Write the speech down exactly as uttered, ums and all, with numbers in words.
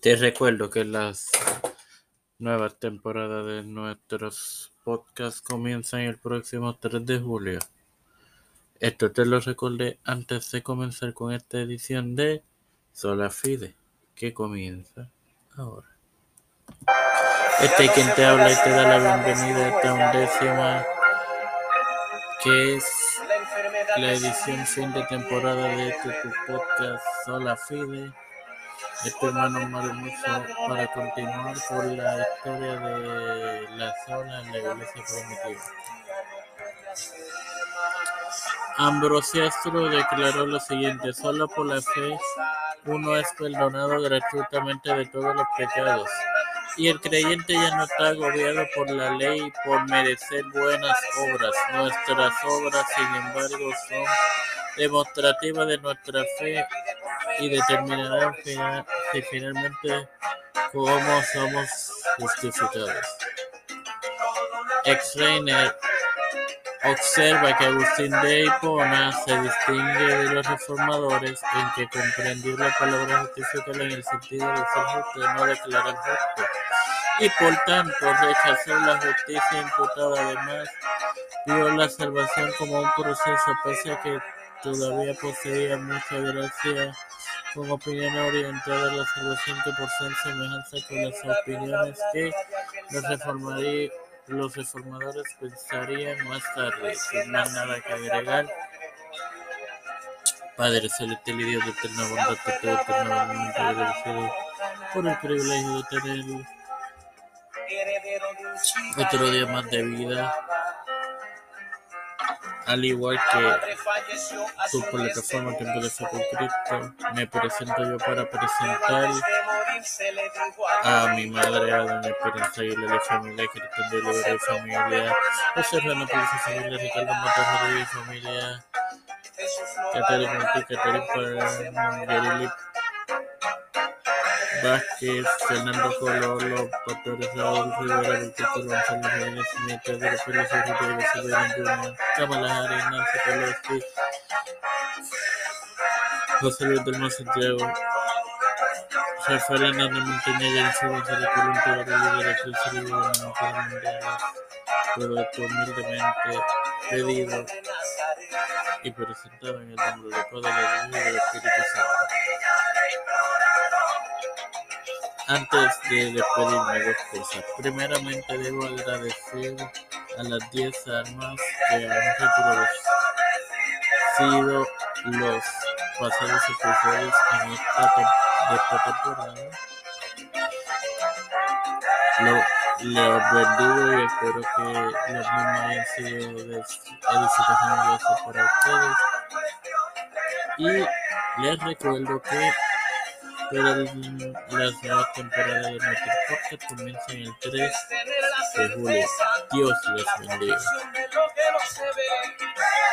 Te recuerdo que las nuevas temporadas de nuestros podcasts comienzan el próximo tres de julio. Esto te lo recordé antes de comenzar con esta edición de Sola Fide, que comienza ahora. Este es quien te habla y te da la bienvenida a esta undécima, que es la edición fin de temporada de este tu podcast Sola Fide. Este hermano Marmoso para continuar con la historia de la zona en la iglesia primitiva. Ambrosiastro declaró lo siguiente: solo por la fe uno es perdonado gratuitamente de todos los pecados, y el creyente ya no está agobiado por la ley por merecer buenas obras. Nuestras obras, sin embargo, son demostrativas de nuestra fe y determinarán final, si finalmente cómo somos justificados. Ex-Reiner observa que Agustín de Hipona se distingue de los reformadores en que comprendió la palabra justificar en el sentido de ser justo, no declarar justo, y por tanto rechazó la justicia imputada. Además, vio la salvación como un proceso, pese a que todavía poseía mucha gracia, con opiniones orientadas a la salvación que poseen semejanza con las opiniones que los reformadores Los reformadores pensarían más tarde. Sin más nada que agregar, Padre celestial y Dios de eterna bondad, te estoy eternamente agradecido por el privilegio de tener otro día más de vida, al igual que tu plataforma Tiempo de Fe con Cristo. Me presento yo para presentar a mi madre, a doña Esperanza Aguilera y familia, Cristian de Olivera y familia, José René Pérez y familia, Ricardo Matos Rodríguez y familia, Catarina Ortiz, Catarina Yerili Vázquez, Fernando Colón, los pastores Raúl Rivera, Víctor González Rodríguez, Smith, Pedro Pérez y Rodríguez Silveira junior, Kamala Harris, Nancy Pelosi, José Luis del Mar Santiago, Rafael Hernández Montañez, Jensen González Colón, todos los líderes del Cerebro Gubernamental Mundial. Todo esto humildemente pedido y presentado en el nombre del Padre, del Hijo y del Espíritu Santo. Antes de despedirme, dos cosas. Primeramente, debo agradecer a las diez almas que han reproducido los pasados episodios en esta, de esta temporada. Lo, los bendigo y espero que los mismos hayan sido de edificación y gozo para ustedes. Y les recuerdo que todas las nuevas temporadas de nuestro podcast comienzan el tres de julio. Dios les bendiga.